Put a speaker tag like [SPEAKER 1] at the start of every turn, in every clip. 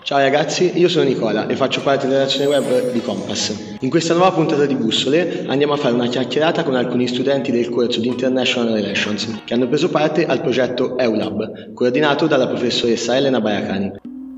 [SPEAKER 1] Ciao ragazzi, io sono Nicola e faccio parte della redazione web di Compass. In questa nuova puntata di Bussole andiamo a fare una chiacchierata con alcuni studenti del corso di International Relations che hanno preso parte al progetto EULAB, coordinato dalla professoressa Elena Baracani.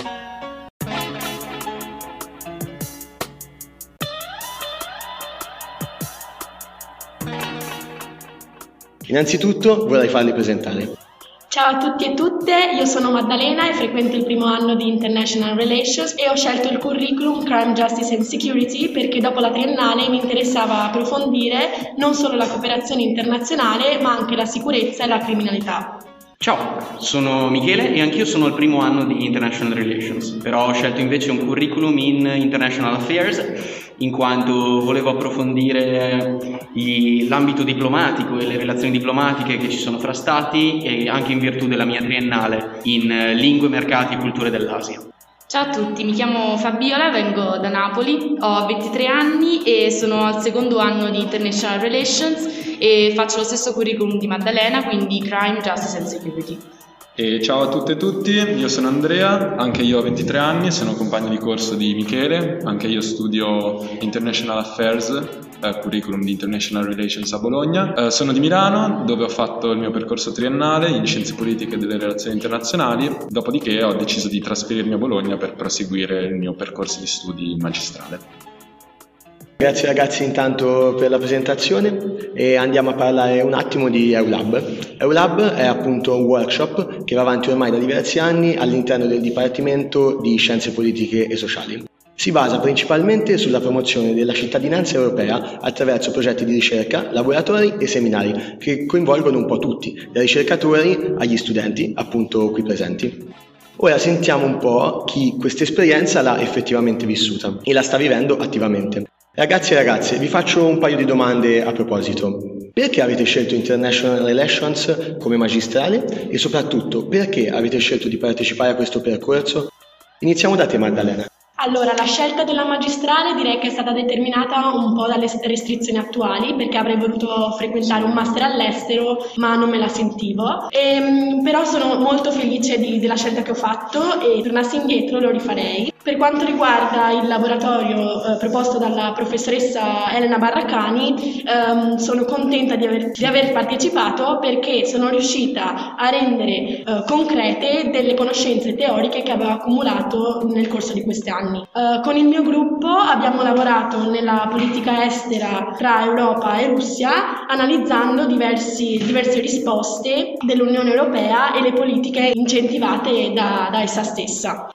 [SPEAKER 1] Innanzitutto vorrei farli presentare.
[SPEAKER 2] Ciao a tutti e tutte, io sono Maddalena e frequento il primo anno di International Relations e ho scelto il curriculum Crime, Justice and Security perché dopo la triennale mi interessava approfondire non solo la cooperazione internazionale ma anche la sicurezza e la criminalità.
[SPEAKER 3] Ciao, sono Michele e anch'io sono al primo anno di International Relations, però ho scelto invece un curriculum in International Affairs in quanto volevo approfondire l'ambito diplomatico e le relazioni diplomatiche che ci sono fra stati e anche in virtù della mia triennale in lingue, mercati e culture dell'Asia.
[SPEAKER 4] Ciao a tutti, mi chiamo Fabiola, vengo da Napoli, ho 23 anni e sono al secondo anno di International Relations e faccio lo stesso curriculum di Maddalena, quindi Crime, Justice and Security.
[SPEAKER 5] E ciao a tutte e tutti, io sono Andrea, anche io ho 23 anni, sono compagno di corso di Michele, anche io studio International Affairs, curriculum di International Relations a Bologna. Sono di Milano, dove ho fatto il mio percorso triennale in Scienze Politiche e delle Relazioni Internazionali, dopodiché ho deciso di trasferirmi a Bologna per proseguire il mio percorso di studi magistrale.
[SPEAKER 1] Grazie ragazzi intanto per la presentazione e andiamo a parlare un attimo di EULAB. EULAB è appunto un workshop che va avanti ormai da diversi anni all'interno del Dipartimento di Scienze Politiche e Sociali. Si basa principalmente sulla promozione della cittadinanza europea attraverso progetti di ricerca, laboratori e seminari che coinvolgono un po' tutti, dai ricercatori agli studenti, appunto qui presenti. Ora sentiamo un po' chi questa esperienza l'ha effettivamente vissuta e la sta vivendo attivamente. Ragazzi e ragazze, vi faccio un paio di domande a proposito. Perché avete scelto International Relations come magistrale e soprattutto perché avete scelto di partecipare a questo percorso? Iniziamo da te Maddalena.
[SPEAKER 2] Allora, la scelta della magistrale direi che è stata determinata un po' dalle restrizioni attuali perché avrei voluto frequentare un master all'estero ma non me la sentivo, però sono molto felice della scelta che ho fatto e tornassi indietro lo rifarei. Per quanto riguarda il laboratorio proposto dalla professoressa Elena Baracani, sono contenta di aver partecipato perché sono riuscita a rendere concrete delle conoscenze teoriche che avevo accumulato nel corso di questi anni. Con il mio gruppo abbiamo lavorato nella politica estera tra Europa e Russia, analizzando diverse risposte dell'Unione Europea e le politiche incentivate da essa stessa.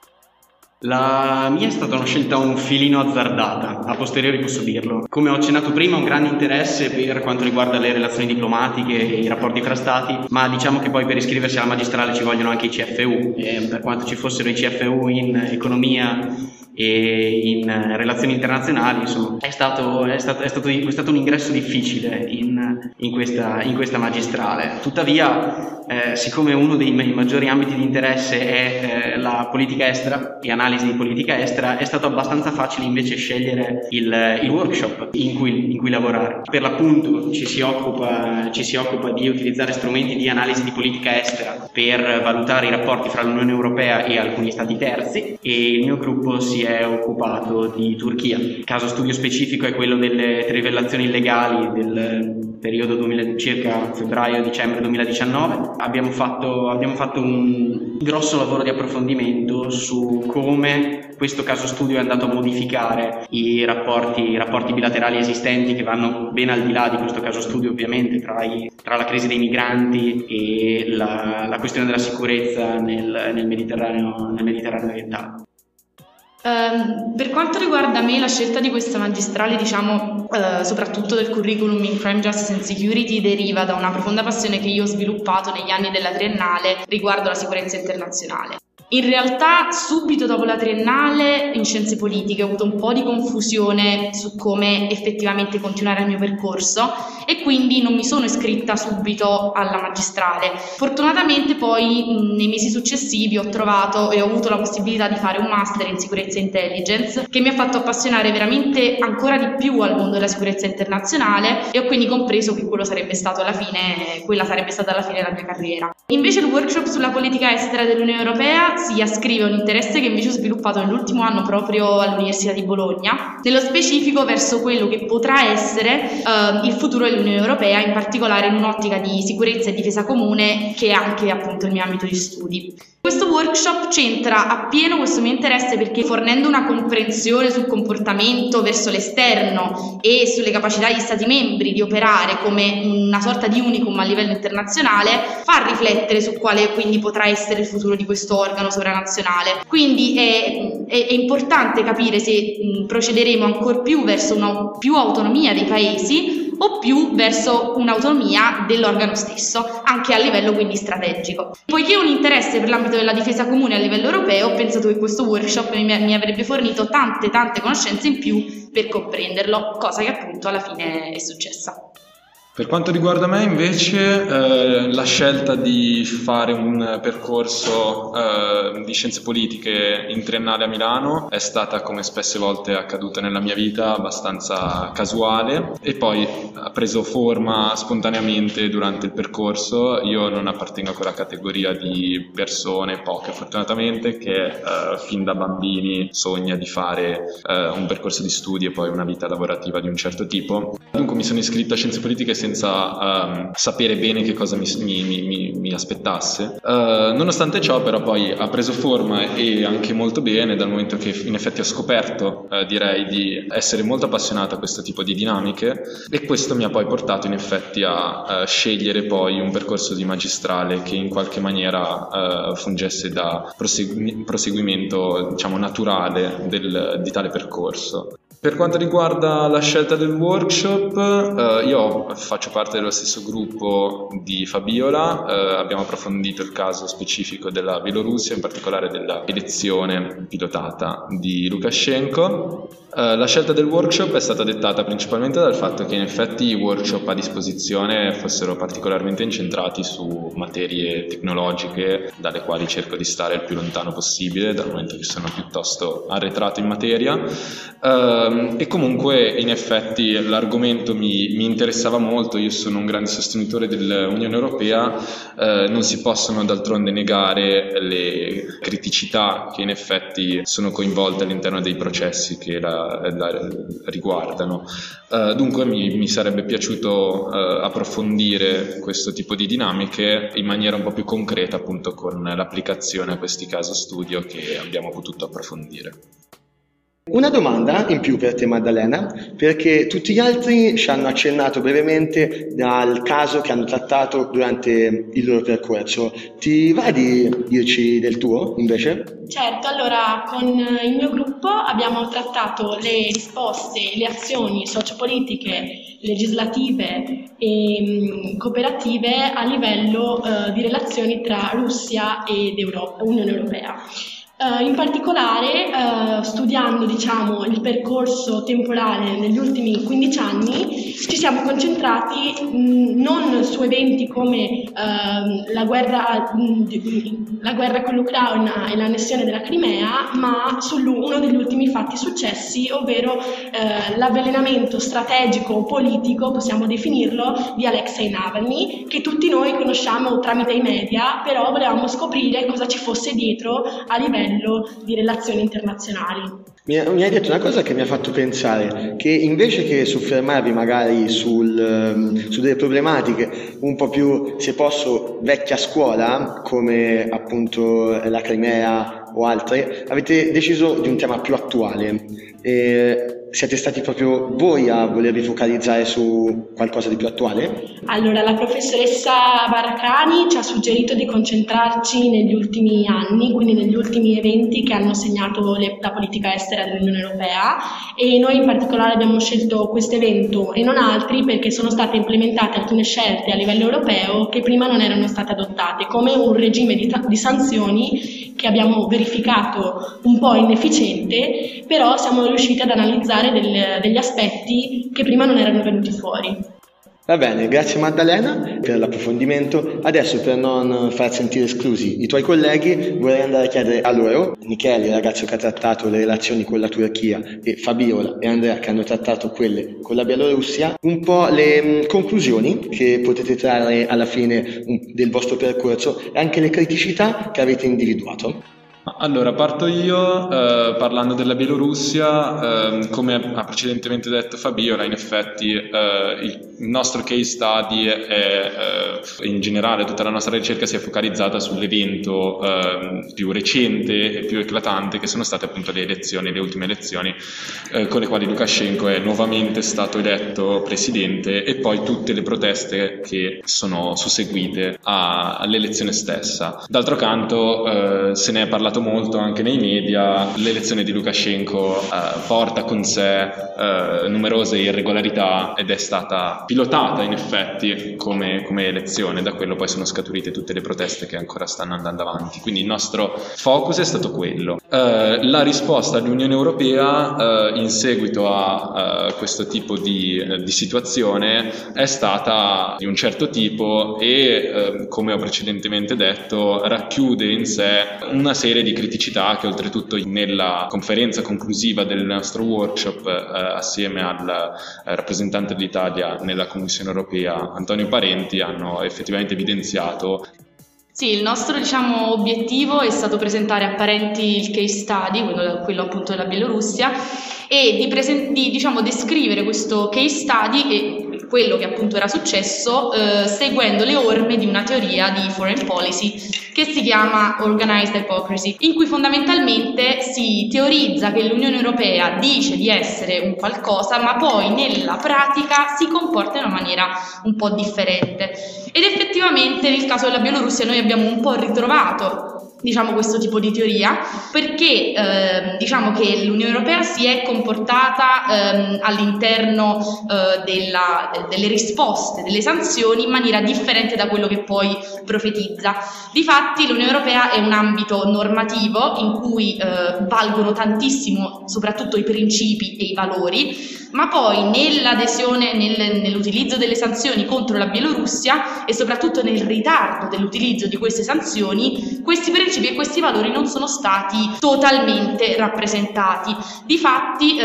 [SPEAKER 3] La mia è stata una scelta un filino azzardata, a posteriori posso dirlo. Come ho accennato prima, un grande interesse per quanto riguarda le relazioni diplomatiche e i rapporti fra stati, ma diciamo che poi per iscriversi alla magistrale ci vogliono anche i CFU e per quanto ci fossero i CFU in economia e in relazioni internazionali, insomma, è stato un ingresso difficile in questa magistrale. Tuttavia, siccome uno dei miei maggiori ambiti di interesse è la politica estera e analisi di politica estera, è stato abbastanza facile invece scegliere il workshop in cui lavorare. Per l'appunto ci si occupa di utilizzare strumenti di analisi di politica estera per valutare i rapporti fra l'Unione Europea e alcuni stati terzi e il mio gruppo si è occupato di Turchia. Il caso studio specifico è quello delle trivellazioni illegali del periodo circa febbraio-dicembre 2019. Abbiamo fatto un grosso lavoro di approfondimento su come questo caso studio è andato a modificare i rapporti bilaterali esistenti che vanno ben al di là di questo caso studio, ovviamente, tra la crisi dei migranti e la questione della sicurezza nel Mediterraneo orientale.
[SPEAKER 4] Per quanto riguarda me, la scelta di questa magistrale, soprattutto del curriculum in Crime, Justice and Security, deriva da una profonda passione che io ho sviluppato negli anni della triennale riguardo la sicurezza internazionale. In realtà subito dopo la triennale in scienze politiche ho avuto un po' di confusione su come effettivamente continuare il mio percorso e quindi non mi sono iscritta subito alla magistrale. Fortunatamente poi nei mesi successivi ho trovato e ho avuto la possibilità di fare un master in sicurezza e intelligence che mi ha fatto appassionare veramente ancora di più al mondo della sicurezza internazionale e ho quindi compreso che quella sarebbe stata alla fine la mia carriera. Invece il workshop sulla politica estera dell'Unione Europea diplomazia ascrive un interesse che invece ho sviluppato nell'ultimo anno proprio all'Università di Bologna, nello specifico verso quello che potrà essere il futuro dell'Unione Europea, in particolare in un'ottica di sicurezza e difesa comune, che è anche appunto il mio ambito di studi. Questo workshop centra appieno questo mio interesse perché, fornendo una comprensione sul comportamento verso l'esterno e sulle capacità degli Stati membri di operare come una sorta di unicum a livello internazionale, fa riflettere su quale quindi potrà essere il futuro di questo organo sovranazionale. Quindi è importante capire se procederemo ancor più verso una più autonomia dei paesi o più verso un'autonomia dell'organo stesso, anche a livello quindi strategico. Poiché ho un interesse per l'ambito della difesa comune a livello europeo, ho pensato che questo workshop mi avrebbe fornito tante conoscenze in più per comprenderlo, cosa che appunto alla fine è successa.
[SPEAKER 5] Per quanto riguarda me invece, la scelta di fare un percorso di scienze politiche in triennale a Milano è stata, come spesse volte è accaduto nella mia vita, abbastanza casuale e poi ha preso forma spontaneamente durante il percorso. Io non appartengo a quella categoria di persone, poche fortunatamente, che fin da bambini sogna di fare un percorso di studi e poi una vita lavorativa di un certo tipo. Dunque mi sono iscritto a scienze politiche senza sapere bene che cosa mi aspettasse. Nonostante ciò però poi ha preso forma e anche molto bene, dal momento che in effetti ho scoperto direi di essere molto appassionato a questo tipo di dinamiche, e questo mi ha poi portato in effetti a scegliere poi un percorso di magistrale che in qualche maniera fungesse da proseguimento, diciamo, naturale di tale percorso. Per quanto riguarda la scelta del workshop, io faccio parte dello stesso gruppo di Fabiola, abbiamo approfondito il caso specifico della Bielorussia, in particolare della elezione pilotata di Lukashenko. La scelta del workshop è stata dettata principalmente dal fatto che in effetti i workshop a disposizione fossero particolarmente incentrati su materie tecnologiche dalle quali cerco di stare il più lontano possibile, dal momento che sono piuttosto arretrato in materia. E comunque in effetti l'argomento mi interessava molto. Io sono un grande sostenitore dell'Unione Europea, non si possono d'altronde negare le criticità che in effetti sono coinvolte all'interno dei processi che la riguardano. Dunque mi sarebbe piaciuto approfondire questo tipo di dinamiche in maniera un po' più concreta, appunto con l'applicazione a questi casi studio che abbiamo potuto approfondire.
[SPEAKER 1] Una domanda in più per te, Maddalena, perché tutti gli altri ci hanno accennato brevemente al caso che hanno trattato durante il loro percorso. Ti va di dirci del tuo invece?
[SPEAKER 2] Certo, allora con il mio gruppo abbiamo trattato le risposte, le azioni sociopolitiche, legislative e cooperative a livello di relazioni tra Russia ed Unione Europea. In particolare, studiando il percorso temporale negli ultimi 15 anni, ci siamo concentrati non su eventi come la guerra con l'Ucraina e l'annessione della Crimea, ma su uno degli ultimi fatti successi, ovvero l'avvelenamento strategico o politico, possiamo definirlo, di Alexei Navalny, che tutti noi conosciamo tramite i media, però volevamo scoprire cosa ci fosse dietro a livello di relazioni internazionali.
[SPEAKER 1] Mi hai detto una cosa che mi ha fatto pensare, che invece che soffermarvi magari su delle problematiche un po' più, se posso, vecchia scuola, come appunto la Crimea o altre, avete deciso di un tema più attuale. Siete stati proprio voi a volervi focalizzare su qualcosa di più attuale?
[SPEAKER 2] Allora, la professoressa Baracani ci ha suggerito di concentrarci negli ultimi anni, quindi negli ultimi eventi che hanno segnato la politica estera dell'Unione Europea, e noi in particolare abbiamo scelto questo evento e non altri perché sono state implementate alcune scelte a livello europeo che prima non erano state adottate, come un regime di sanzioni che abbiamo verificato un po' inefficiente, però siamo riusciti ad analizzare degli aspetti che prima non erano venuti fuori.
[SPEAKER 1] Va bene, grazie Maddalena per l'approfondimento. Adesso, per non far sentire esclusi i tuoi colleghi, vorrei andare a chiedere a loro, Michele, il ragazzo che ha trattato le relazioni con la Turchia, e Fabiola e Andrea che hanno trattato quelle con la Bielorussia, un po' le conclusioni che potete trarre alla fine del vostro percorso e anche le criticità che avete individuato.
[SPEAKER 5] Allora, parto io parlando della Bielorussia. Come ha precedentemente detto Fabiola, in effetti il nostro case study in generale tutta la nostra ricerca si è focalizzata sull'evento più recente e più eclatante, che sono state appunto le ultime elezioni con le quali Lukashenko è nuovamente stato eletto presidente, e poi tutte le proteste che sono susseguite all'elezione stessa. D'altro canto se ne è parlato molto anche nei media. L'elezione di Lukashenko porta con sé numerose irregolarità ed è stata pilotata in effetti come elezione. Da quello poi sono scaturite tutte le proteste che ancora stanno andando avanti, quindi il nostro focus è stato quello. La risposta dell'Unione Europea in seguito a questo tipo di situazione è stata di un certo tipo e come ho precedentemente detto racchiude in sé una serie di criticità che oltretutto nella conferenza conclusiva del nostro workshop assieme al rappresentante dell'Italia nella Commissione Europea Antonio Parenti hanno effettivamente evidenziato.
[SPEAKER 4] Sì, il nostro obiettivo è stato presentare a Parenti il case study, quello appunto della Bielorussia, e di descrivere questo case study e quello che appunto era successo seguendo le orme di una teoria di foreign policy che si chiama Organized Hypocrisy, in cui fondamentalmente si teorizza che l'Unione Europea dice di essere un qualcosa, ma poi nella pratica si comporta in una maniera un po' differente. Ed effettivamente nel caso della Bielorussia noi abbiamo un po' ritrovato questo tipo di teoria, perché che l'Unione Europea si è comportata all'interno delle risposte, delle sanzioni in maniera differente da quello che poi profetizza. Difatti l'Unione Europea è un ambito normativo in cui valgono tantissimo soprattutto i principi e i valori, ma poi nell'adesione, nell'utilizzo delle sanzioni contro la Bielorussia e soprattutto nel ritardo dell'utilizzo di queste sanzioni, questi principi e questi valori non sono stati totalmente rappresentati. Difatti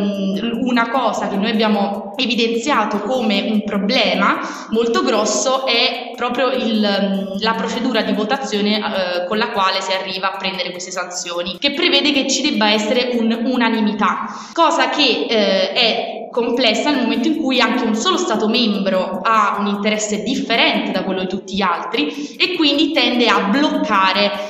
[SPEAKER 4] una cosa che noi abbiamo evidenziato come un problema molto grosso è proprio la procedura di votazione con la quale si arriva a prendere queste sanzioni, che prevede che ci debba essere un'unanimità, cosa che è complessa nel momento in cui anche un solo Stato membro ha un interesse differente da quello di tutti gli altri e quindi tende a bloccare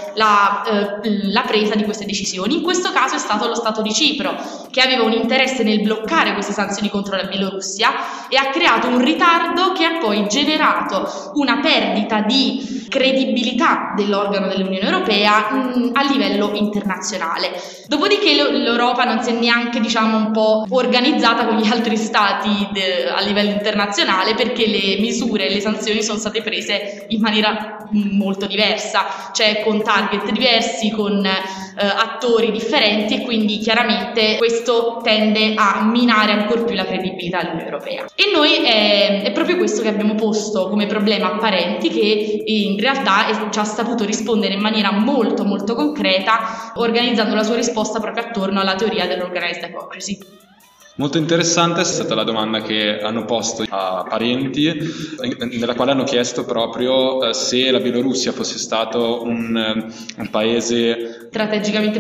[SPEAKER 4] la presa di queste decisioni. In questo caso è stato lo Stato di Cipro che aveva un interesse nel bloccare queste sanzioni contro la Bielorussia e ha creato un ritardo che ha poi generato una perdita di credibilità dell'organo dell'Unione Europea a livello internazionale. Dopodiché l'Europa non si è neanche un po' organizzata con gli altri stati a livello internazionale, perché le misure e le sanzioni sono state prese in maniera molto diversa, cioè con target diversi, con attori differenti, e quindi chiaramente questo tende a minare ancor più la credibilità dell'Unione Europea. E noi è proprio questo che abbiamo posto come problema a Parenti, che in realtà ci ha saputo rispondere in maniera molto molto concreta, organizzando la sua risposta proprio attorno alla teoria dell'organized hypocrisy.
[SPEAKER 5] Molto interessante è stata la domanda che hanno posto a Parenti, nella quale hanno chiesto proprio se la Bielorussia fosse stato un paese
[SPEAKER 4] strategicamente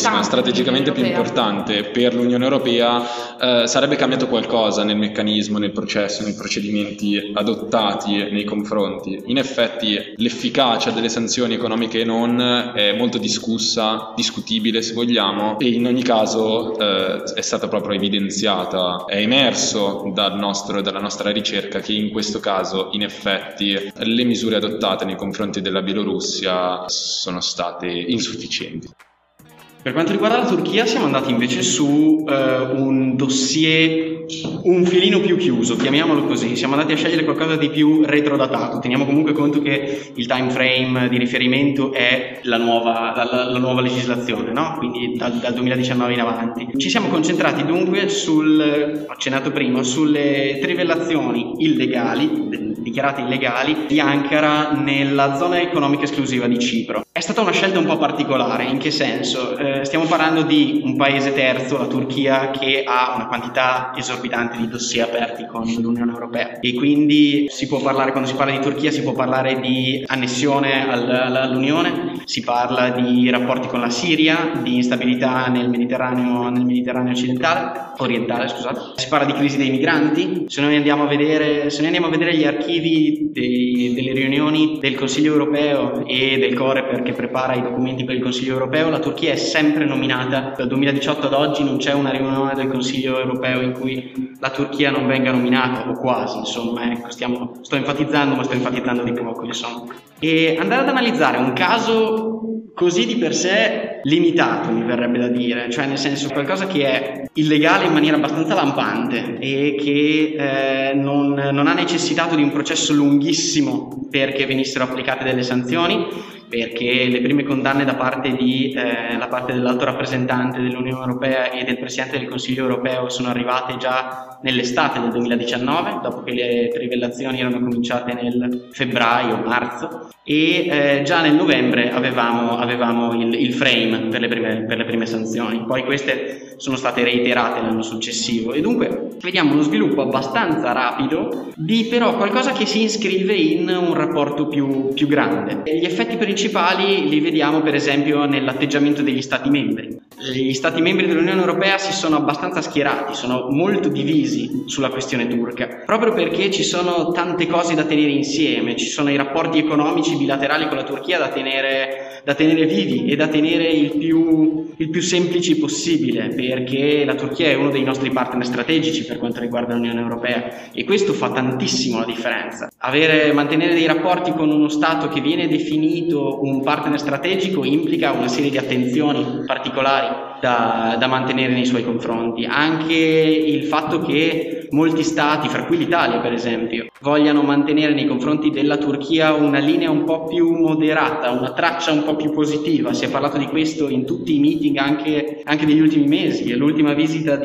[SPEAKER 4] più importante
[SPEAKER 5] per l'Unione Europea, sarebbe cambiato qualcosa nel meccanismo, nel processo, nei procedimenti adottati nei confronti. In effetti l'efficacia delle sanzioni economiche e non è molto discutibile se vogliamo, e in ogni caso è stata proprio evidenziata. È emerso dalla nostra ricerca che in questo caso in effetti le misure adottate nei confronti della Bielorussia sono state insufficienti.
[SPEAKER 3] Per quanto riguarda la Turchia siamo andati invece su un dossier un filino più chiuso, chiamiamolo così. Siamo andati a scegliere qualcosa di più retrodatato. Teniamo comunque conto che il time frame di riferimento è la nuova legislazione, no? Quindi dal 2019 in avanti. Ci siamo concentrati dunque ho accennato prima, sulle trivellazioni illegali, dichiarate illegali, di Ankara nella zona economica esclusiva di Cipro. È stata una scelta un po' particolare. In che senso? Stiamo parlando di un paese terzo, la Turchia, che ha una quantità esorbitante esorbitanti di dossier aperti con l'Unione Europea. E quindi si può parlare, quando si parla di Turchia, si può parlare di annessione all'Unione, si parla di rapporti con la Siria, di instabilità nel Mediterraneo orientale, scusate. Si parla di crisi dei migranti. Se noi andiamo a vedere gli archivi delle riunioni del Consiglio Europeo e del Coreper che prepara i documenti per il Consiglio Europeo, la Turchia è sempre nominata. Dal 2018 ad oggi non c'è una riunione del Consiglio Europeo in cui la Turchia non venga nominata, o quasi, insomma, ecco, sto enfatizzando di poco, insomma. E andare ad analizzare un caso così di per sé limitato, mi verrebbe da dire, cioè nel senso qualcosa che è illegale in maniera abbastanza lampante e che non ha necessitato di un processo lunghissimo perché venissero applicate delle sanzioni, perché le prime condanne da parte dell'alto rappresentante dell'Unione Europea e del Presidente del Consiglio Europeo sono arrivate già nell'estate del 2019, dopo che le trivellazioni erano cominciate nel febbraio-marzo, e già nel novembre avevamo il frame per le prime sanzioni. Poi queste sono state reiterate l'anno successivo e dunque vediamo uno sviluppo abbastanza rapido di però qualcosa che si iscrive in un rapporto più grande. Gli effetti principali li vediamo per esempio nell'atteggiamento degli Stati membri. Gli Stati membri dell'Unione Europea si sono abbastanza schierati, sono molto divisi sulla questione turca, proprio perché ci sono tante cose da tenere insieme, ci sono i rapporti economici bilaterali con la Turchia da tenere vivi e da tenere il più semplici possibile, perché la Turchia è uno dei nostri partner strategici per quanto riguarda l'Unione Europea e questo fa tantissimo la differenza. Mantenere dei rapporti con uno Stato che viene definito un partner strategico implica una serie di attenzioni particolari da mantenere nei suoi confronti. Anche il fatto che molti Stati, fra cui l'Italia per esempio, vogliano mantenere nei confronti della Turchia una linea un po' più moderata, una traccia un po' più positiva. Si è parlato di questo in tutti i meeting anche degli ultimi mesi. L'ultima visita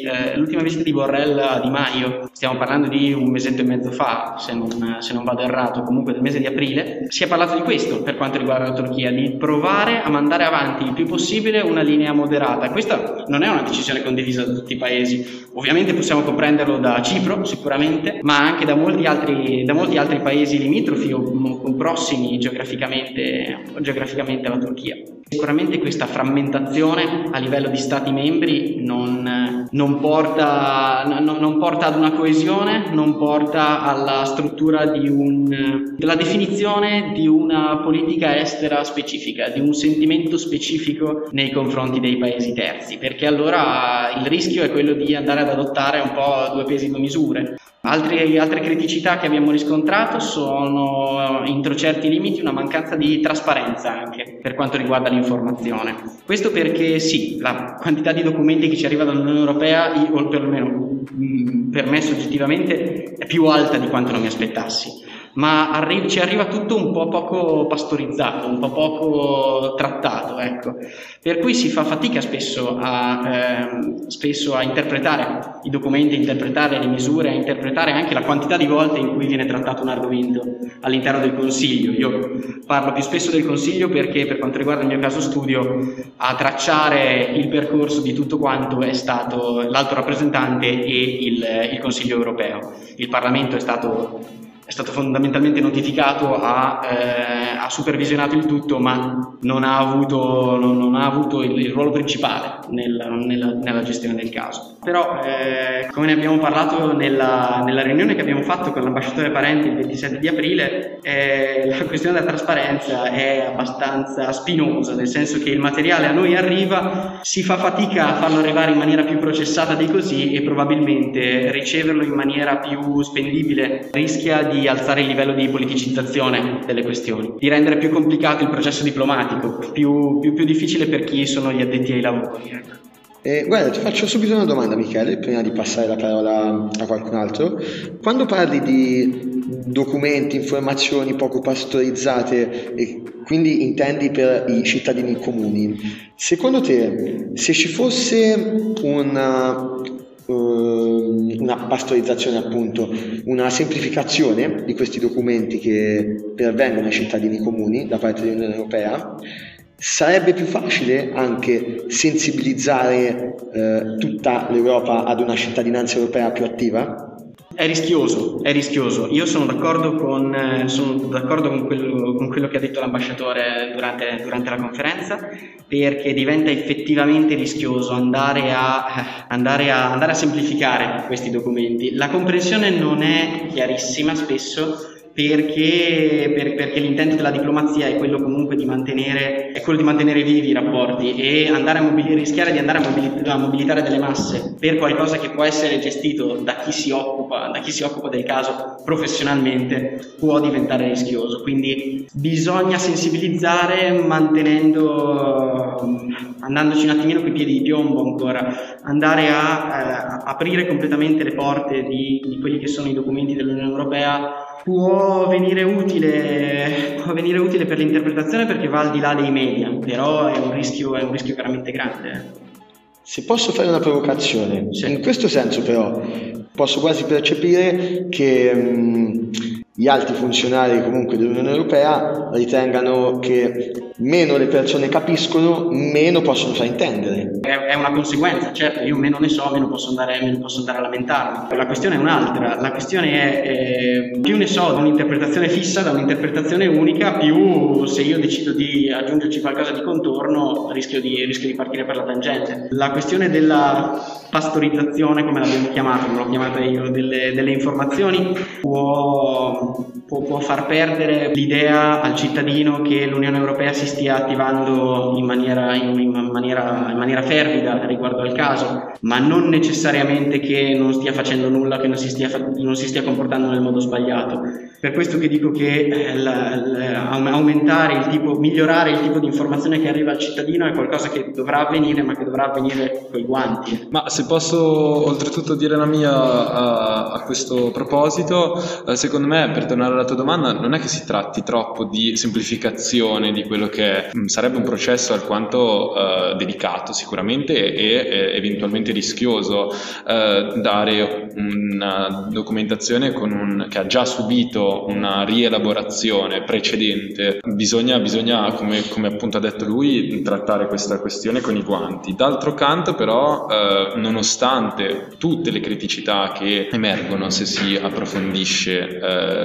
[SPEAKER 3] di Borrell a Di Maio, stiamo parlando di un mesetto e mezzo fa, se non vado errato, comunque del mese di aprile, si è parlato di questo per quanto riguarda la Turchia, di provare a mandare avanti il più possibile una linea moderata. Questa non è una decisione condivisa da tutti i paesi, ovviamente possiamo comprenderlo da Cipro sicuramente, ma anche da molti altri paesi limitrofi o prossimi geograficamente alla Turchia. Sicuramente questa frammentazione a livello di Stati membri non porta ad una coesione, non porta alla struttura della definizione di una politica estera specifica, di un sentimento specifico nei confronti dei paesi terzi, perché allora il rischio è quello di andare ad adottare un po' due pesi e due misure. Altre criticità che abbiamo riscontrato sono, entro certi limiti, una mancanza di trasparenza anche per quanto riguarda l'informazione. Questo perché sì, la quantità di documenti che ci arriva dall'Unione Europea, o perlomeno per me soggettivamente, è più alta di quanto non mi aspettassi. Ma ci arriva tutto un po' poco pastorizzato, un po' poco trattato, ecco. Per cui si fa fatica spesso a interpretare i documenti, a interpretare le misure, a interpretare anche la quantità di volte in cui viene trattato un argomento all'interno del Consiglio. Io parlo più spesso del Consiglio perché, per quanto riguarda il mio caso studio, a tracciare il percorso di tutto quanto è stato l'alto rappresentante e il Consiglio Europeo. Il Parlamento è stato fondamentalmente notificato, ha supervisionato il tutto, ma non ha avuto il ruolo principale nella gestione del caso. Però, come ne abbiamo parlato nella riunione che abbiamo fatto con l'ambasciatore Parenti il 27 di aprile, la questione della trasparenza è abbastanza spinosa, nel senso che il materiale a noi arriva, si fa fatica a farlo arrivare in maniera più processata di così e probabilmente riceverlo in maniera più spendibile rischia di alzare il livello di politicizzazione delle questioni, di rendere più complicato il processo diplomatico, più difficile per chi sono gli addetti ai lavori.
[SPEAKER 1] Guarda, ti faccio subito una domanda, Michele, prima di passare la parola a qualcun altro. Quando parli di documenti, informazioni poco pastorizzate, e quindi intendi per i cittadini comuni, secondo te, se ci fosse una pastorizzazione, appunto, una semplificazione di questi documenti che pervengono ai cittadini comuni da parte dell'Unione Europea, Sarebbe più facile anche sensibilizzare tutta l'Europa ad una cittadinanza europea più attiva?
[SPEAKER 3] È rischioso. Io sono d'accordo con quello che ha detto l'ambasciatore durante la conferenza, perché diventa effettivamente rischioso andare a semplificare questi documenti. La comprensione non è chiarissima spesso, perché l'intento della diplomazia è quello comunque di mantenere vivi i rapporti, e rischiare di andare a mobilitare delle masse per qualcosa che può essere gestito da chi si occupa del caso professionalmente può diventare rischioso. Quindi bisogna sensibilizzare andandoci un attimino coi piedi di piombo ancora, andare a aprire completamente le porte di quelli che sono i documenti dell'Unione Europea. Può venire utile per l'interpretazione, perché va al di là dei media, però è un rischio veramente grande.
[SPEAKER 1] Se posso fare una provocazione, in questo senso però posso quasi percepire che gli alti funzionari comunque dell'Unione Europea ritengano che meno le persone capiscono, meno possono fraintendere.
[SPEAKER 3] È una conseguenza, certo, io meno ne so, meno posso andare a lamentarmi. La questione è un'altra, la questione è più ne so da un'interpretazione fissa, da un'interpretazione unica, più se io decido di aggiungerci qualcosa di contorno rischio di partire per la tangente. La questione della pastorizzazione, come l'abbiamo chiamata io, delle informazioni può far perdere l'idea al cittadino che l'Unione Europea si stia attivando in maniera fervida riguardo al caso, ma non necessariamente che non stia facendo nulla, che non si stia comportando nel modo sbagliato. Per questo che dico che migliorare il tipo di informazione che arriva al cittadino è qualcosa che dovrà avvenire, ma che dovrà avvenire coi guanti.
[SPEAKER 5] Ma se posso oltretutto dire la mia a questo proposito, secondo me, per tornare alla tua domanda, non è che si tratti troppo di semplificazione di quello che sarebbe un processo alquanto delicato sicuramente e eventualmente rischioso. Dare una documentazione che ha già subito una rielaborazione precedente, bisogna come appunto ha detto lui, trattare questa questione con i guanti. D'altro canto però, nonostante tutte le criticità che emergono se si approfondisce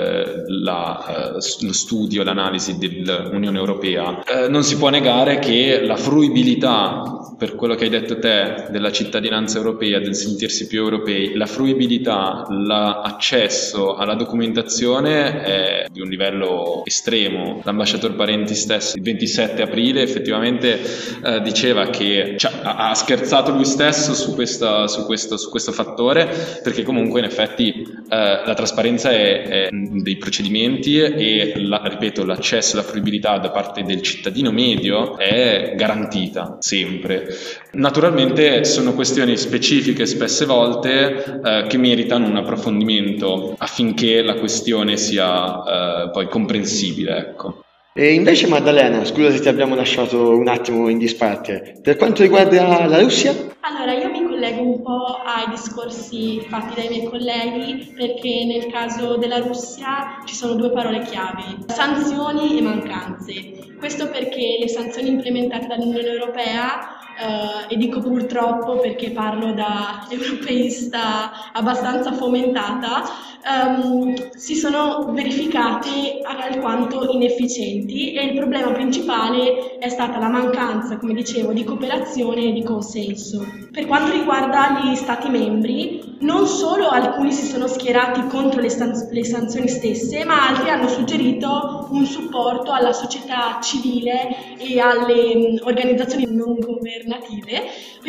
[SPEAKER 5] lo studio, l'analisi dell'Unione Europea, non si può negare che la fruibilità, per quello che hai detto te, della cittadinanza europea, del sentirsi più europei, la fruibilità, l'accesso alla documentazione è di un livello estremo. L'ambasciatore Parenti stesso il 27 aprile effettivamente diceva che ha scherzato lui stesso su questo fattore, perché comunque in effetti la trasparenza è dei procedimenti e ripeto, l'accesso e la fruibilità da parte del cittadino medio è garantita sempre. Naturalmente sono questioni specifiche spesse volte che meritano un approfondimento affinché la questione sia poi comprensibile, ecco.
[SPEAKER 1] E invece Maddalena, scusa se ti abbiamo lasciato un attimo in disparte, per quanto riguarda la Russia?
[SPEAKER 2] Allora, io mi collego un po' ai discorsi fatti dai miei colleghi, perché nel caso della Russia ci sono due parole chiave: sanzioni e mancanze. Questo perché le sanzioni implementate dall'Unione Europea, e dico purtroppo perché parlo da europeista abbastanza fomentata, si sono verificate alquanto inefficienti, e il problema principale è stata la mancanza, come dicevo, di cooperazione e di consenso. Per quanto riguarda gli Stati membri, non solo alcuni si sono schierati contro le sanzioni stesse, ma altri hanno suggerito un supporto alla società civile e alle organizzazioni non governative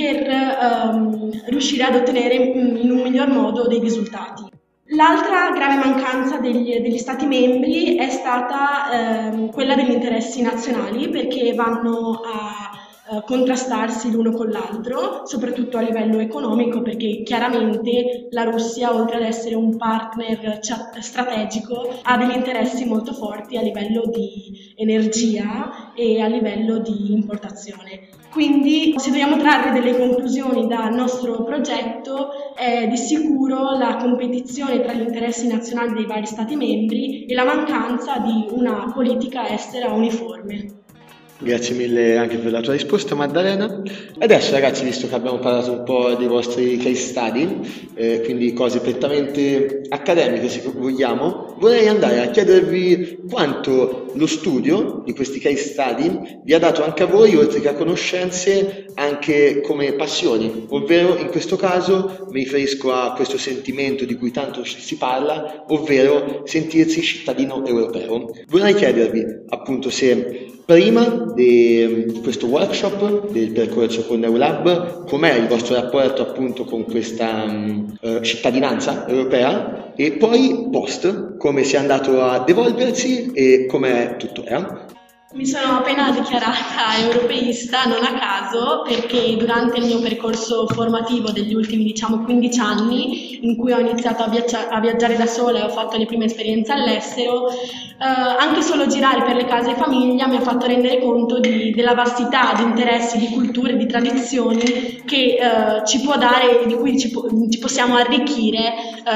[SPEAKER 2] per riuscire ad ottenere in un miglior modo dei risultati. L'altra grave mancanza degli Stati membri è stata quella degli interessi nazionali, perché vanno a contrastarsi l'uno con l'altro, soprattutto a livello economico, perché chiaramente la Russia, oltre ad essere un partner strategico, ha degli interessi molto forti a livello di energia e a livello di importazione. Quindi, se dobbiamo trarre delle conclusioni dal nostro progetto, è di sicuro la competizione tra gli interessi nazionali dei vari Stati membri e la mancanza di una politica estera uniforme.
[SPEAKER 1] Grazie mille anche per la tua risposta, Maddalena. Adesso ragazzi, visto che abbiamo parlato un po' dei vostri case study, quindi cose prettamente accademiche se vogliamo, vorrei andare a chiedervi quanto lo studio di questi case study vi ha dato anche a voi, oltre che a conoscenze, anche come passioni, ovvero in questo caso mi riferisco a questo sentimento di cui tanto si parla, ovvero sentirsi cittadino europeo. Vorrei chiedervi appunto se prima di questo workshop, del percorso con EULAB, com'è il vostro rapporto appunto con questa cittadinanza europea, e poi post, come si è andato ad evolversi e com'è tuttora.
[SPEAKER 2] Mi sono appena dichiarata europeista, non a caso, perché durante il mio percorso formativo degli ultimi 15 anni, in cui ho iniziato a viaggiare da sola e ho fatto le prime esperienze all'estero, anche solo girare per le case famiglia mi ha fatto rendere conto della vastità di interessi, di culture, di tradizioni che ci può dare, di cui ci possiamo arricchire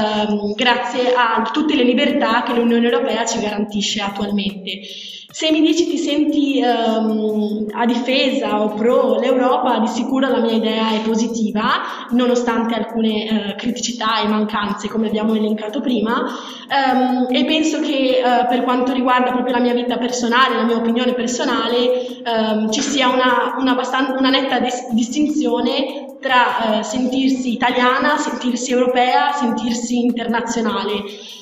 [SPEAKER 2] grazie a tutte le libertà che l'Unione Europea ci garantisce attualmente. Se mi dici ti senti a difesa o pro l'Europa, di sicuro la mia idea è positiva, nonostante alcune criticità e mancanze come abbiamo elencato prima, e penso che per quanto riguarda proprio la mia vita personale, la mia opinione personale, ci sia una netta distinzione tra sentirsi italiana, sentirsi europea, sentirsi internazionale.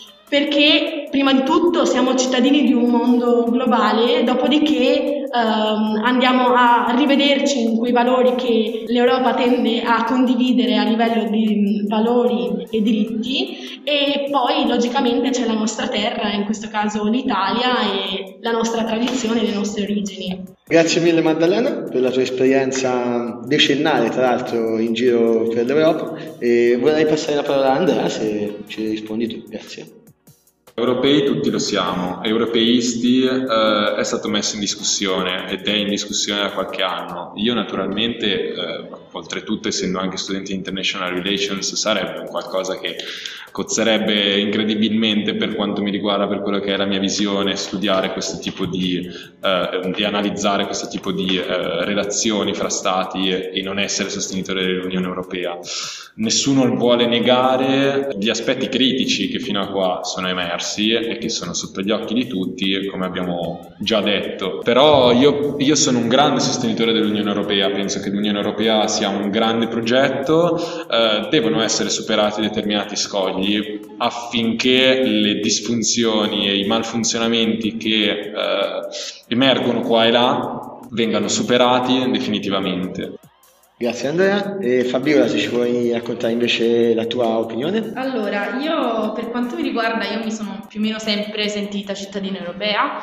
[SPEAKER 2] Perché prima di tutto siamo cittadini di un mondo globale, dopodiché andiamo a rivederci in quei valori che l'Europa tende a condividere a livello di valori e diritti, e poi logicamente c'è la nostra terra, in questo caso l'Italia, e la nostra tradizione e le nostre origini.
[SPEAKER 1] Grazie mille Maddalena per la tua esperienza decennale, tra l'altro, in giro per l'Europa, e vorrei passare la parola a Andrea, se ci rispondi tu. Grazie.
[SPEAKER 5] Europei tutti lo siamo, europeisti è stato messo in discussione ed è in discussione da qualche anno. Io naturalmente, oltretutto essendo anche studente di International Relations, sarebbe un qualcosa che cozzerebbe incredibilmente per quanto mi riguarda, per quello che è la mia visione, studiare questo tipo di analizzare questo tipo di relazioni fra stati e non essere sostenitore dell'Unione Europea. Nessuno vuole negare gli aspetti critici che fino a qua sono emersi e che sono sotto gli occhi di tutti, come abbiamo già detto. Però io sono un grande sostenitore dell'Unione Europea, penso che l'Unione Europea sia un grande progetto, devono essere superati determinati scogli affinché le disfunzioni e i malfunzionamenti che emergono qua e là vengano superati definitivamente.
[SPEAKER 1] Grazie Andrea. E Fabiola, se ci vuoi raccontare invece la tua opinione?
[SPEAKER 4] Allora, io per quanto mi riguarda, io mi sono più o meno sempre sentita cittadina europea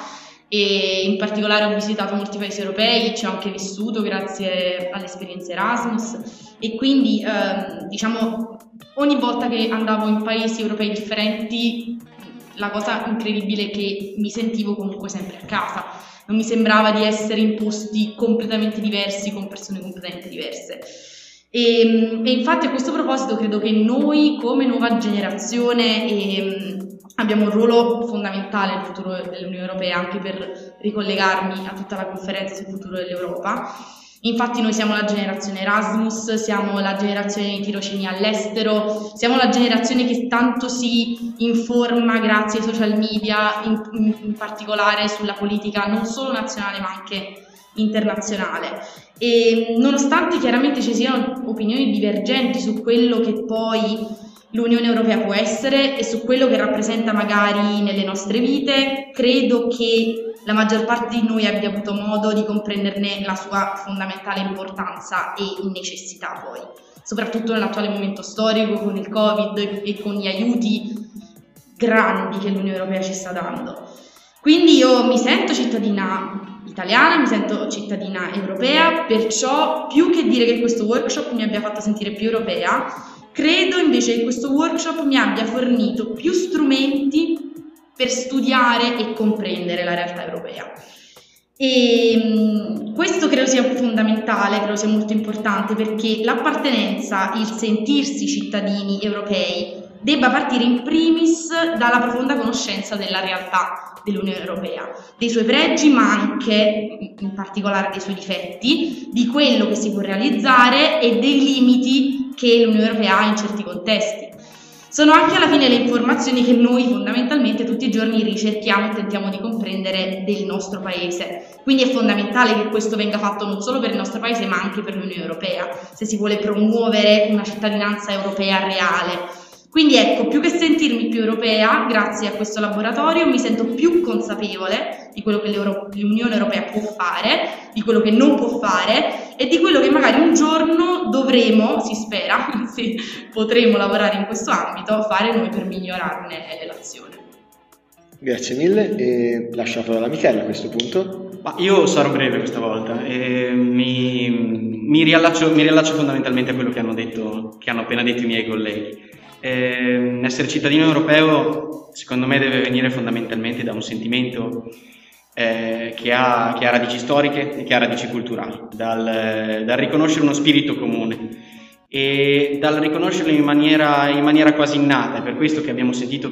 [SPEAKER 4] e in particolare ho visitato molti paesi europei, ci ho anche vissuto grazie all'esperienza Erasmus, e quindi diciamo ogni volta che andavo in paesi europei differenti, la cosa incredibile è che mi sentivo comunque sempre a casa. Non mi sembrava di essere in posti completamente diversi, con persone completamente diverse. E infatti a questo proposito credo che noi come nuova generazione abbiamo un ruolo fondamentale nel futuro dell'Unione Europea, anche per ricollegarmi a tutta la conferenza sul futuro dell'Europa. Infatti noi siamo la generazione Erasmus, siamo la generazione di tirocini all'estero, siamo la generazione che tanto si informa grazie ai social media, in particolare sulla politica non solo nazionale ma anche internazionale. E nonostante chiaramente ci siano opinioni divergenti su quello che poi l'Unione Europea può essere e su quello che rappresenta magari nelle nostre vite, credo che la maggior parte di noi abbia avuto modo di comprenderne la sua fondamentale importanza e necessità poi, soprattutto nell'attuale momento storico con il Covid e con gli aiuti grandi che l'Unione Europea ci sta dando. Quindi io mi sento cittadina italiana, mi sento cittadina europea, perciò più che dire che questo workshop mi abbia fatto sentire più europea, credo invece che questo workshop mi abbia fornito più strumenti per studiare e comprendere la realtà europea. E questo credo sia fondamentale, credo sia molto importante, perché l'appartenenza, il sentirsi cittadini europei debba partire in primis dalla profonda conoscenza della realtà dell'Unione Europea, dei suoi pregi ma anche in particolare dei suoi difetti, di quello che si può realizzare e dei limiti che l'Unione Europea ha in certi contesti. Sono anche alla fine le informazioni che noi fondamentalmente tutti i giorni ricerchiamo e tentiamo di comprendere del nostro paese. Quindi è fondamentale che questo venga fatto non solo per il nostro paese ma anche per l'Unione Europea, se si vuole promuovere una cittadinanza europea reale. Quindi ecco, più che sentirmi più europea, grazie a questo laboratorio mi sento più consapevole di quello che l'Unione Europea può fare, di quello che non può fare e di quello che magari un giorno dovremo, si spera, se potremo lavorare in questo ambito, fare noi per migliorarne l'azione.
[SPEAKER 1] Grazie mille e lascio la parola a Michele a questo punto.
[SPEAKER 3] Ma io sarò breve questa volta e mi riallaccio fondamentalmente a quello che hanno appena detto i miei colleghi. Essere cittadino europeo secondo me deve venire fondamentalmente da un sentimento che ha radici storiche e che ha radici culturali, dal riconoscere uno spirito comune e dal riconoscerlo in maniera quasi innata. È per questo che abbiamo sentito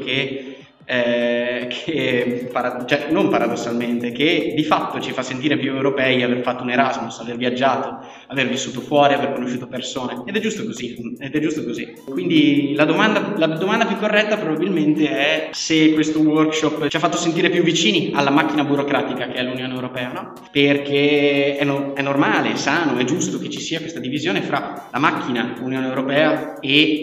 [SPEAKER 3] non paradossalmente, che di fatto ci fa sentire più europei aver fatto un Erasmus, aver viaggiato, aver vissuto fuori, aver conosciuto persone, ed è giusto così. Quindi la domanda più corretta probabilmente è se questo workshop ci ha fatto sentire più vicini alla macchina burocratica che è l'Unione Europea, no? Perché è normale, è sano, è giusto che ci sia questa divisione fra la macchina Unione Europea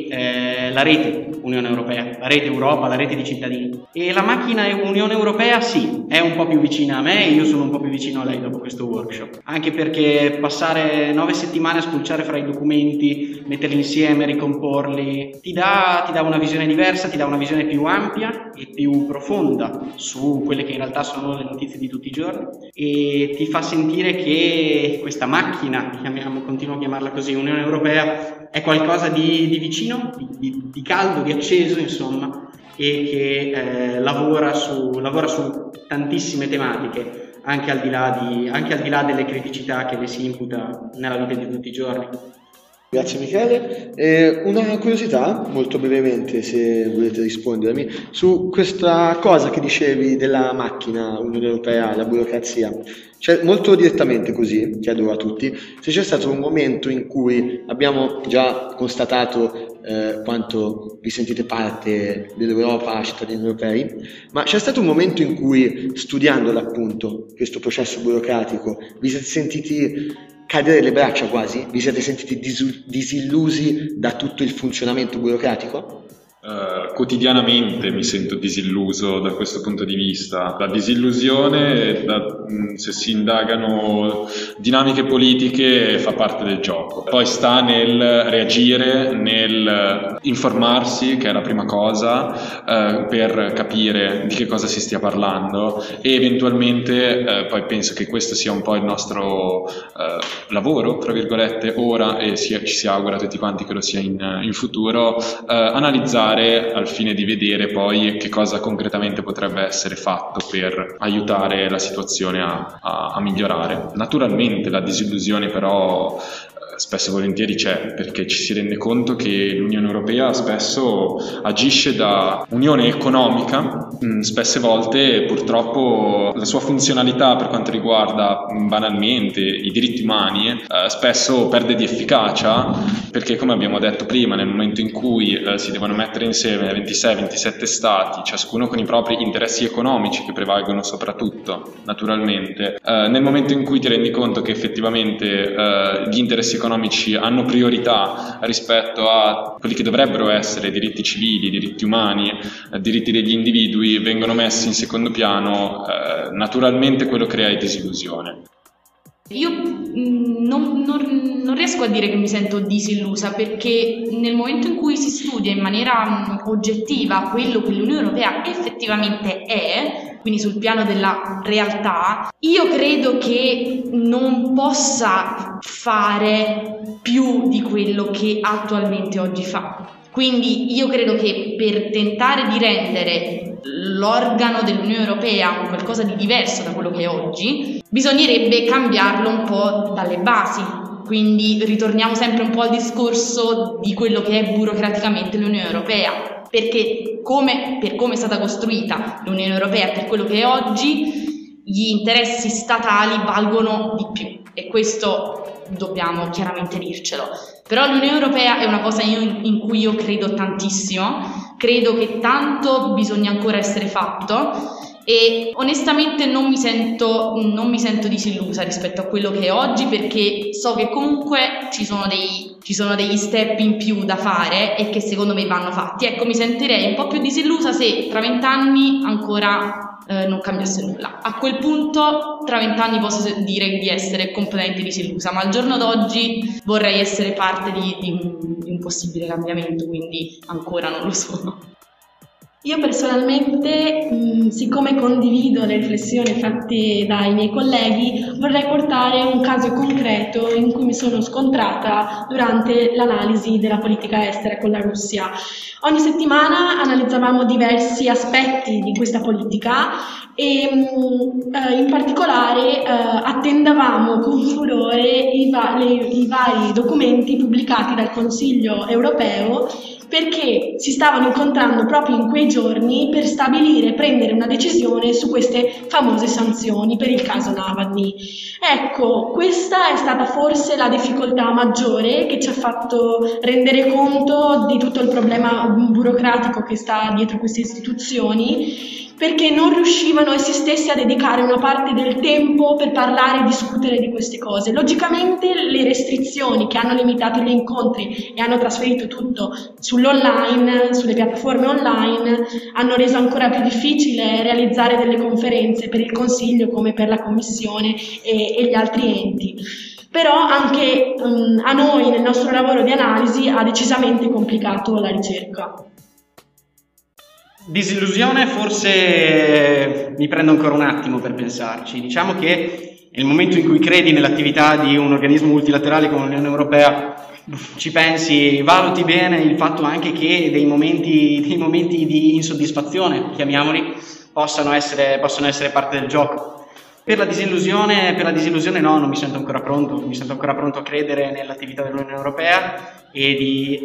[SPEAKER 3] e la rete Unione Europea, la rete Europa, la rete di cittadini. E la macchina Unione Europea sì, è un po' più vicina a me e io sono un po' più vicino a lei dopo questo workshop, anche perché passare 9 settimane a spulciare fra i documenti, metterli insieme, ricomporli, ti dà una visione diversa, ti dà una visione più ampia e più profonda su quelle che in realtà sono le notizie di tutti i giorni e ti fa sentire che questa macchina, continuo a chiamarla così, Unione Europea, è qualcosa di vicino, di caldo, di acceso, insomma, e che lavora su tantissime tematiche, anche al di là delle criticità che le si imputa nella vita di tutti i giorni.
[SPEAKER 1] Grazie Michele. Una curiosità, molto brevemente se volete rispondermi, su questa cosa che dicevi della macchina Unione Europea, la burocrazia. Cioè, molto direttamente così, chiedo a tutti, se c'è stato un momento in cui abbiamo già constatato quanto vi sentite parte dell'Europa, cittadini europei, ma c'è stato un momento in cui, studiandolo appunto, questo processo burocratico, vi siete sentiti cadere le braccia quasi? Vi siete sentiti disillusi da tutto il funzionamento burocratico?
[SPEAKER 5] Quotidianamente mi sento disilluso da questo punto di vista. La disillusione, se si indagano dinamiche politiche, fa parte del gioco. Poi sta nel reagire, nel informarsi, che è la prima cosa, per capire di che cosa si stia parlando e eventualmente poi penso che questo sia un po' il nostro lavoro, tra virgolette, ora e ci si augura tutti quanti che lo sia in futuro, analizzare al fine di vedere poi che cosa concretamente potrebbe essere fatto per aiutare la situazione a migliorare. Naturalmente la disillusione però spesso e volentieri c'è, perché ci si rende conto che l'Unione Europea spesso agisce da unione economica, spesse volte purtroppo la sua funzionalità per quanto riguarda banalmente i diritti umani spesso perde di efficacia, perché come abbiamo detto prima, nel momento in cui si devono mettere insieme 26-27 stati, ciascuno con i propri interessi economici che prevalgono soprattutto, naturalmente, nel momento in cui ti rendi conto che effettivamente gli interessi economici hanno priorità rispetto a quelli che dovrebbero essere diritti civili, diritti umani, diritti degli individui, vengono messi in secondo piano, naturalmente quello crea disillusione.
[SPEAKER 4] Io non riesco a dire che mi sento disillusa, perché nel momento in cui si studia in maniera oggettiva quello che l'Unione Europea effettivamente è, quindi sul piano della realtà, io credo che non possa fare più di quello che attualmente oggi fa. Quindi io credo che per tentare di rendere l'organo dell'Unione Europea un qualcosa di diverso da quello che è oggi, bisognerebbe cambiarlo un po' dalle basi. Quindi ritorniamo sempre un po' al discorso di quello che è burocraticamente l'Unione Europea. perché per come è stata costruita l'Unione Europea e per quello che è oggi, gli interessi statali valgono di più, e questo dobbiamo chiaramente dircelo. Però l'Unione Europea è una cosa in cui io credo tantissimo, credo che tanto bisogna ancora essere fatto, e onestamente non mi sento disillusa rispetto a quello che è oggi, perché so che comunque ci sono degli step in più da fare e che secondo me vanno fatti. Ecco, mi sentirei un po' più disillusa se tra 20 anni ancora non cambiasse nulla. A quel punto tra 20 anni posso dire di essere completamente disillusa, ma al giorno d'oggi vorrei essere parte di un possibile cambiamento, quindi ancora non lo sono.
[SPEAKER 2] Io personalmente, siccome condivido le riflessioni fatte dai miei colleghi, vorrei portare un caso concreto in cui mi sono scontrata durante l'analisi della politica estera con la Russia. Ogni settimana analizzavamo diversi aspetti di questa politica e in particolare attendavamo con furore i vari documenti pubblicati dal Consiglio europeo, perché si stavano incontrando proprio in quei giorni per stabilire e prendere una decisione su queste famose sanzioni per il caso Navalny. Ecco, questa è stata forse la difficoltà maggiore che ci ha fatto rendere conto di tutto il problema burocratico che sta dietro queste istituzioni, perché non riuscivano essi stessi a dedicare una parte del tempo per parlare e discutere di queste cose. Logicamente le restrizioni che hanno limitato gli incontri e hanno trasferito tutto sull'online, sulle piattaforme online, hanno reso ancora più difficile realizzare delle conferenze per il Consiglio come per la Commissione e gli altri enti. Però anche a noi nel nostro lavoro di analisi ha decisamente complicato la ricerca.
[SPEAKER 3] Disillusione, forse mi prendo ancora un attimo per pensarci. Diciamo che nel momento in cui credi nell'attività di un organismo multilaterale come l'Unione Europea, ci pensi, valuti bene il fatto anche che dei momenti di insoddisfazione, chiamiamoli, possano essere parte del gioco. Per la disillusione no, non mi sento ancora pronto a credere nell'attività dell'Unione Europea e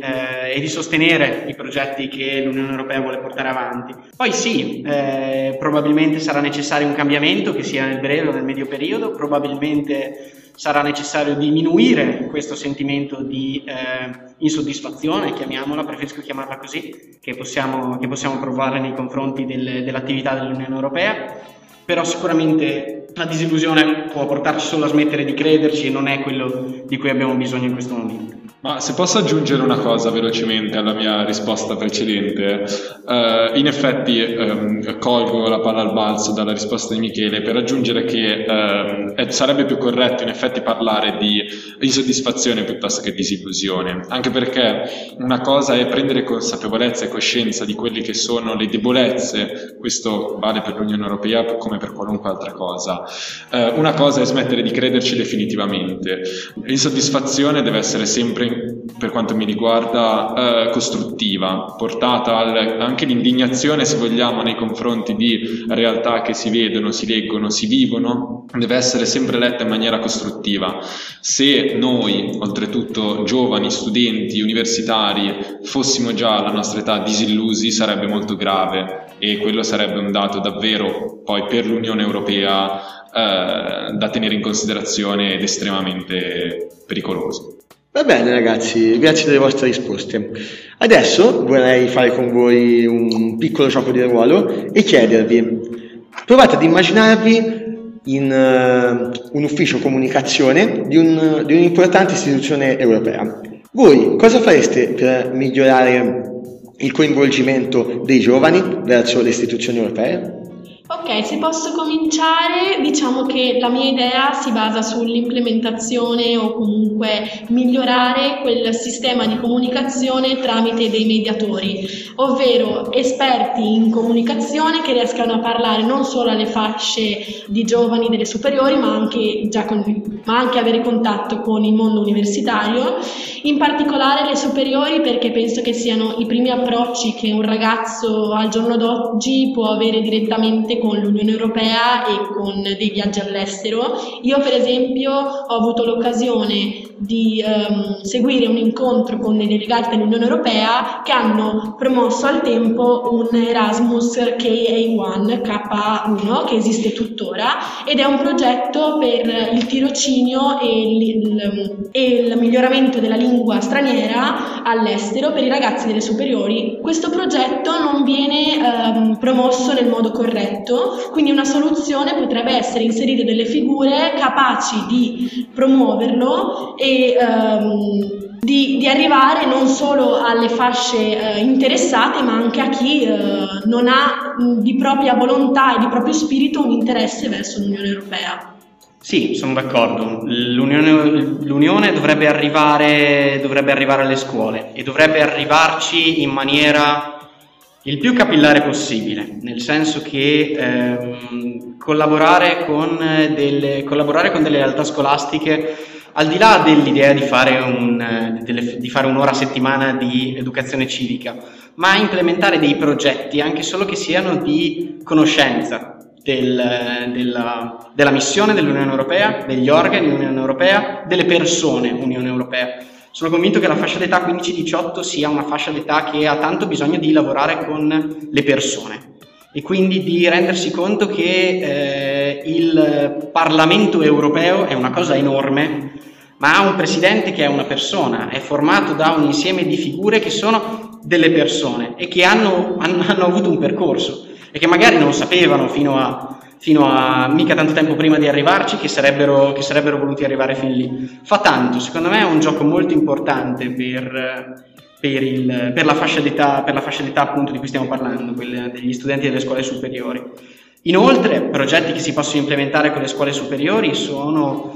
[SPEAKER 3] di sostenere i progetti che l'Unione Europea vuole portare avanti. Poi sì, probabilmente sarà necessario un cambiamento, che sia nel breve o nel medio periodo, probabilmente sarà necessario diminuire questo sentimento di insoddisfazione, chiamiamola, preferisco chiamarla così, che possiamo provare nei confronti dell'attività dell'Unione Europea. Però sicuramente la disillusione può portarci solo a smettere di crederci e non è quello di cui abbiamo bisogno in questo momento.
[SPEAKER 5] Ma se posso aggiungere una cosa velocemente alla mia risposta precedente, in effetti colgo la palla al balzo dalla risposta di Michele per aggiungere che sarebbe più corretto in effetti parlare di insoddisfazione piuttosto che disillusione, anche perché una cosa è prendere consapevolezza e coscienza di quelle che sono le debolezze, questo vale per l'Unione Europea come per qualunque altra cosa, una cosa è smettere di crederci definitivamente. L'insoddisfazione deve essere sempre, per quanto mi riguarda, costruttiva, portata anche l'indignazione, se vogliamo, nei confronti di realtà che si vedono, si leggono, si vivono, deve essere sempre letta in maniera costruttiva. Se noi, oltretutto giovani, studenti, universitari, fossimo già alla nostra età disillusi, sarebbe molto grave, e quello sarebbe un dato davvero poi per l'Unione Europea da tenere in considerazione ed estremamente pericoloso.
[SPEAKER 1] Va bene ragazzi, grazie delle vostre risposte. Adesso vorrei fare con voi un piccolo gioco di ruolo e chiedervi, provate ad immaginarvi in un ufficio comunicazione di un'importante istituzione europea. Voi cosa fareste per migliorare il coinvolgimento dei giovani verso le istituzioni europee?
[SPEAKER 2] Ok, se posso cominciare, diciamo che la mia idea si basa sull'implementazione o comunque migliorare quel sistema di comunicazione tramite dei mediatori, ovvero esperti in comunicazione che riescano a parlare non solo alle fasce di giovani delle superiori, ma anche avere contatto con il mondo universitario, in particolare le superiori, perché penso che siano i primi approcci che un ragazzo al giorno d'oggi può avere direttamente con con l'Unione Europea e con dei viaggi all'estero. Io per esempio ho avuto l'occasione di seguire un incontro con dei delegati dell'Unione Europea che hanno promosso al tempo un Erasmus K1, K1 che esiste tuttora, ed è un progetto per il tirocinio e il miglioramento della lingua straniera all'estero per i ragazzi delle superiori. Questo progetto non viene promosso nel modo corretto, quindi una soluzione potrebbe essere inserire delle figure capaci di promuoverlo e di arrivare non solo alle fasce interessate, ma anche a chi non ha di propria volontà e di proprio spirito un interesse verso l'Unione Europea.
[SPEAKER 3] Sì, sono d'accordo. L'Unione dovrebbe arrivare alle scuole e dovrebbe arrivarci in maniera il più capillare possibile, nel senso che collaborare con delle realtà scolastiche, al di là dell'idea di fare un'ora a settimana di educazione civica, ma implementare dei progetti anche solo che siano di conoscenza della missione dell'Unione Europea, degli organi dell'Unione Europea, delle persone Unione Europea. Sono convinto che la fascia d'età 15-18 sia una fascia d'età che ha tanto bisogno di lavorare con le persone e quindi di rendersi conto che il Parlamento europeo è una cosa enorme, ma ha un presidente che è una persona, è formato da un insieme di figure che sono delle persone e che hanno avuto un percorso e che magari non sapevano fino a mica tanto tempo prima di arrivarci che sarebbero voluti arrivare fin lì. Fa tanto, secondo me è un gioco molto importante per la fascia d'età appunto di cui stiamo parlando, quella degli studenti delle scuole superiori. Inoltre, progetti che si possono implementare con le scuole superiori sono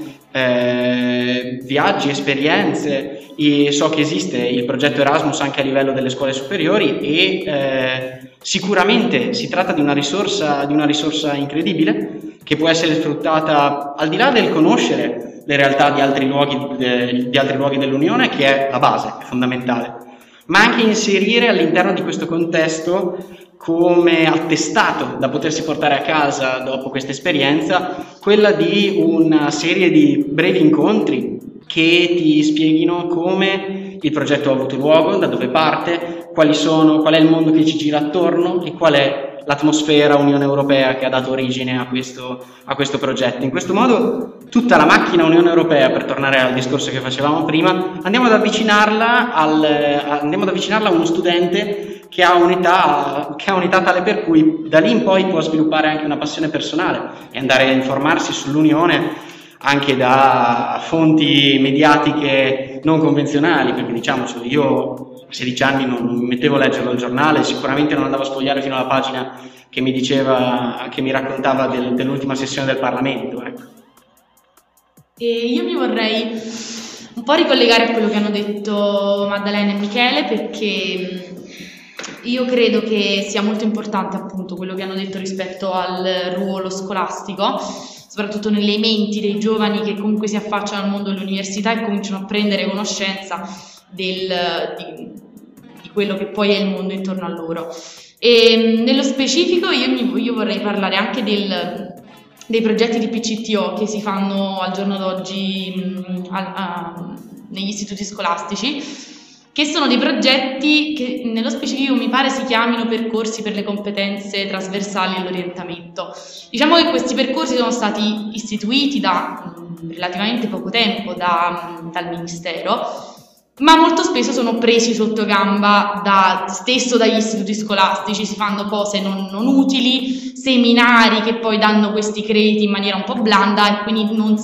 [SPEAKER 3] viaggi, esperienze, e so che esiste il progetto Erasmus anche a livello delle scuole superiori e sicuramente si tratta di una risorsa incredibile che può essere sfruttata al di là del conoscere le realtà di altri luoghi dell'Unione, che è la base, è fondamentale, ma anche inserire all'interno di questo contesto, come attestato da potersi portare a casa dopo questa esperienza, quella di una serie di brevi incontri che ti spieghino come il progetto ha avuto luogo, da dove parte, qual è il mondo che ci gira attorno e qual è l'atmosfera Unione Europea che ha dato origine a questo progetto. In questo modo tutta la macchina Unione Europea, per tornare al discorso che facevamo prima, andiamo ad avvicinarla a uno studente che ha un'età tale per cui da lì in poi può sviluppare anche una passione personale e andare a informarsi sull'Unione anche da fonti mediatiche non convenzionali, perché diciamocelo, io a 16 anni non mi mettevo a leggerlo al giornale, sicuramente non andavo a sfogliare fino alla pagina che mi raccontava dell'ultima sessione del Parlamento, ecco.
[SPEAKER 4] E io mi vorrei un po' ricollegare a quello che hanno detto Maddalena e Michele, perché io credo che sia molto importante appunto quello che hanno detto rispetto al ruolo scolastico, soprattutto nelle menti dei giovani che comunque si affacciano al mondo dell'università e cominciano a prendere conoscenza di quello che poi è il mondo intorno a loro. E nello specifico io vorrei parlare anche dei progetti di PCTO che si fanno al giorno d'oggi negli istituti scolastici, che sono dei progetti che nello specifico mi pare si chiamino percorsi per le competenze trasversali e l'orientamento. Diciamo che questi percorsi sono stati istituiti da relativamente poco tempo dal Ministero, ma molto spesso sono presi sotto gamba stesso dagli istituti scolastici, si fanno cose non utili, seminari che poi danno questi crediti in maniera un po' blanda e quindi non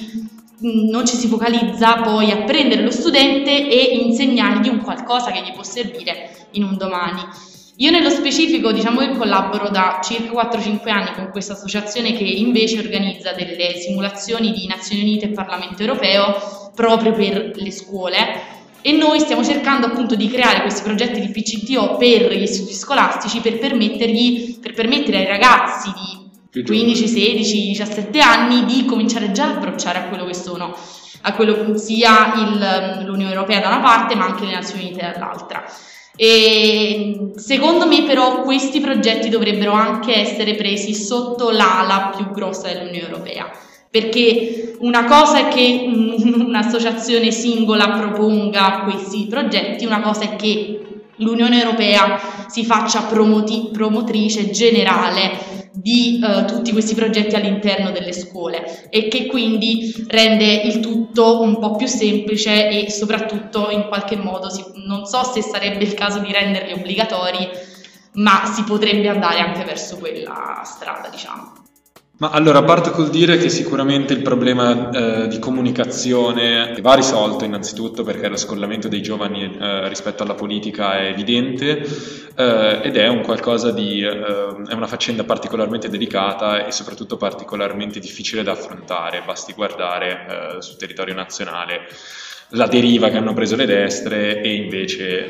[SPEAKER 4] ci si focalizza poi a prendere lo studente e insegnargli un qualcosa che gli può servire in un domani. Io nello specifico diciamo che collaboro da circa 4-5 anni con questa associazione che invece organizza delle simulazioni di Nazioni Unite e Parlamento Europeo proprio per le scuole, e noi stiamo cercando appunto di creare questi progetti di PCTO per gli istituti scolastici per permettere ai ragazzi di 15, 16, 17 anni di cominciare già ad approcciare a quello che sia l'Unione Europea da una parte ma anche le Nazioni Unite dall'altra. E secondo me però questi progetti dovrebbero anche essere presi sotto l'ala più grossa dell'Unione Europea, perché una cosa è che un'associazione singola proponga questi progetti, una cosa è che l'Unione Europea si faccia promotrice generale di tutti questi progetti all'interno delle scuole, e che quindi rende il tutto un po' più semplice, e soprattutto in qualche modo non so se sarebbe il caso di renderli obbligatori, ma si potrebbe andare anche verso quella strada, diciamo.
[SPEAKER 5] Ma allora parto col dire che sicuramente il problema di comunicazione va risolto innanzitutto perché lo scollamento dei giovani rispetto alla politica è evidente, ed è un qualcosa è una faccenda particolarmente delicata e soprattutto particolarmente difficile da affrontare. Basti guardare sul territorio nazionale la deriva che hanno preso le destre e invece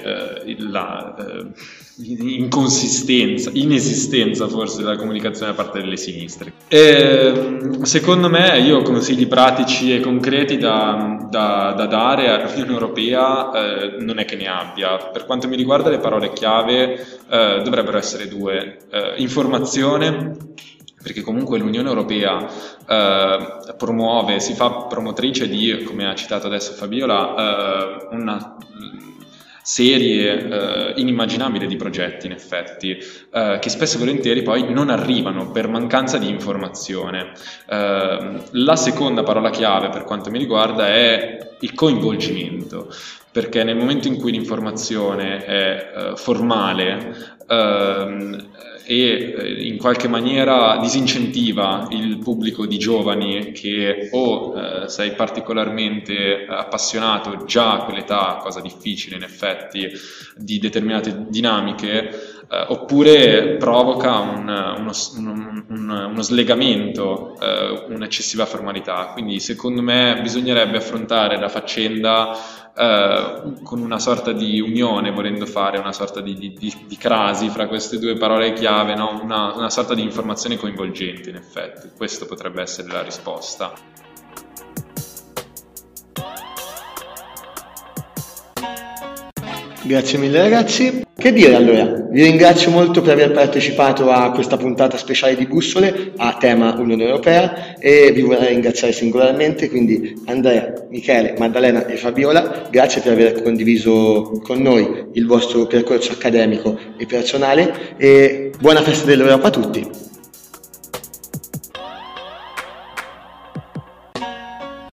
[SPEAKER 5] l'inesistenza forse della comunicazione da parte delle sinistre. Secondo me, io consigli pratici e concreti da dare all'Unione Europea non è che ne abbia. Per quanto mi riguarda, le parole chiave dovrebbero essere due: informazione, perché comunque l'Unione Europea si fa promotrice di, come ha citato adesso Fabiola, una serie inimmaginabile di progetti, in effetti, che spesso e volentieri poi non arrivano per mancanza di informazione. La seconda parola chiave per quanto mi riguarda è il coinvolgimento, perché nel momento in cui l'informazione è formale e in qualche maniera disincentiva il pubblico di giovani che sei particolarmente appassionato già a quell'età, cosa difficile in effetti, di determinate dinamiche, oppure provoca uno slegamento, un'eccessiva formalità. Quindi secondo me bisognerebbe affrontare la faccenda con una sorta di unione, volendo fare una sorta di crasi fra queste due parole chiave, no? Una sorta di informazione coinvolgente, in effetti. Questo potrebbe essere la risposta.
[SPEAKER 1] Grazie mille ragazzi. Che dire allora? Vi ringrazio molto per aver partecipato a questa puntata speciale di Bussole a tema Unione Europea, e vi vorrei ringraziare singolarmente, quindi Andrea, Michele, Maddalena e Fabiola, grazie per aver condiviso con noi il vostro percorso accademico e personale, e buona festa dell'Europa a tutti.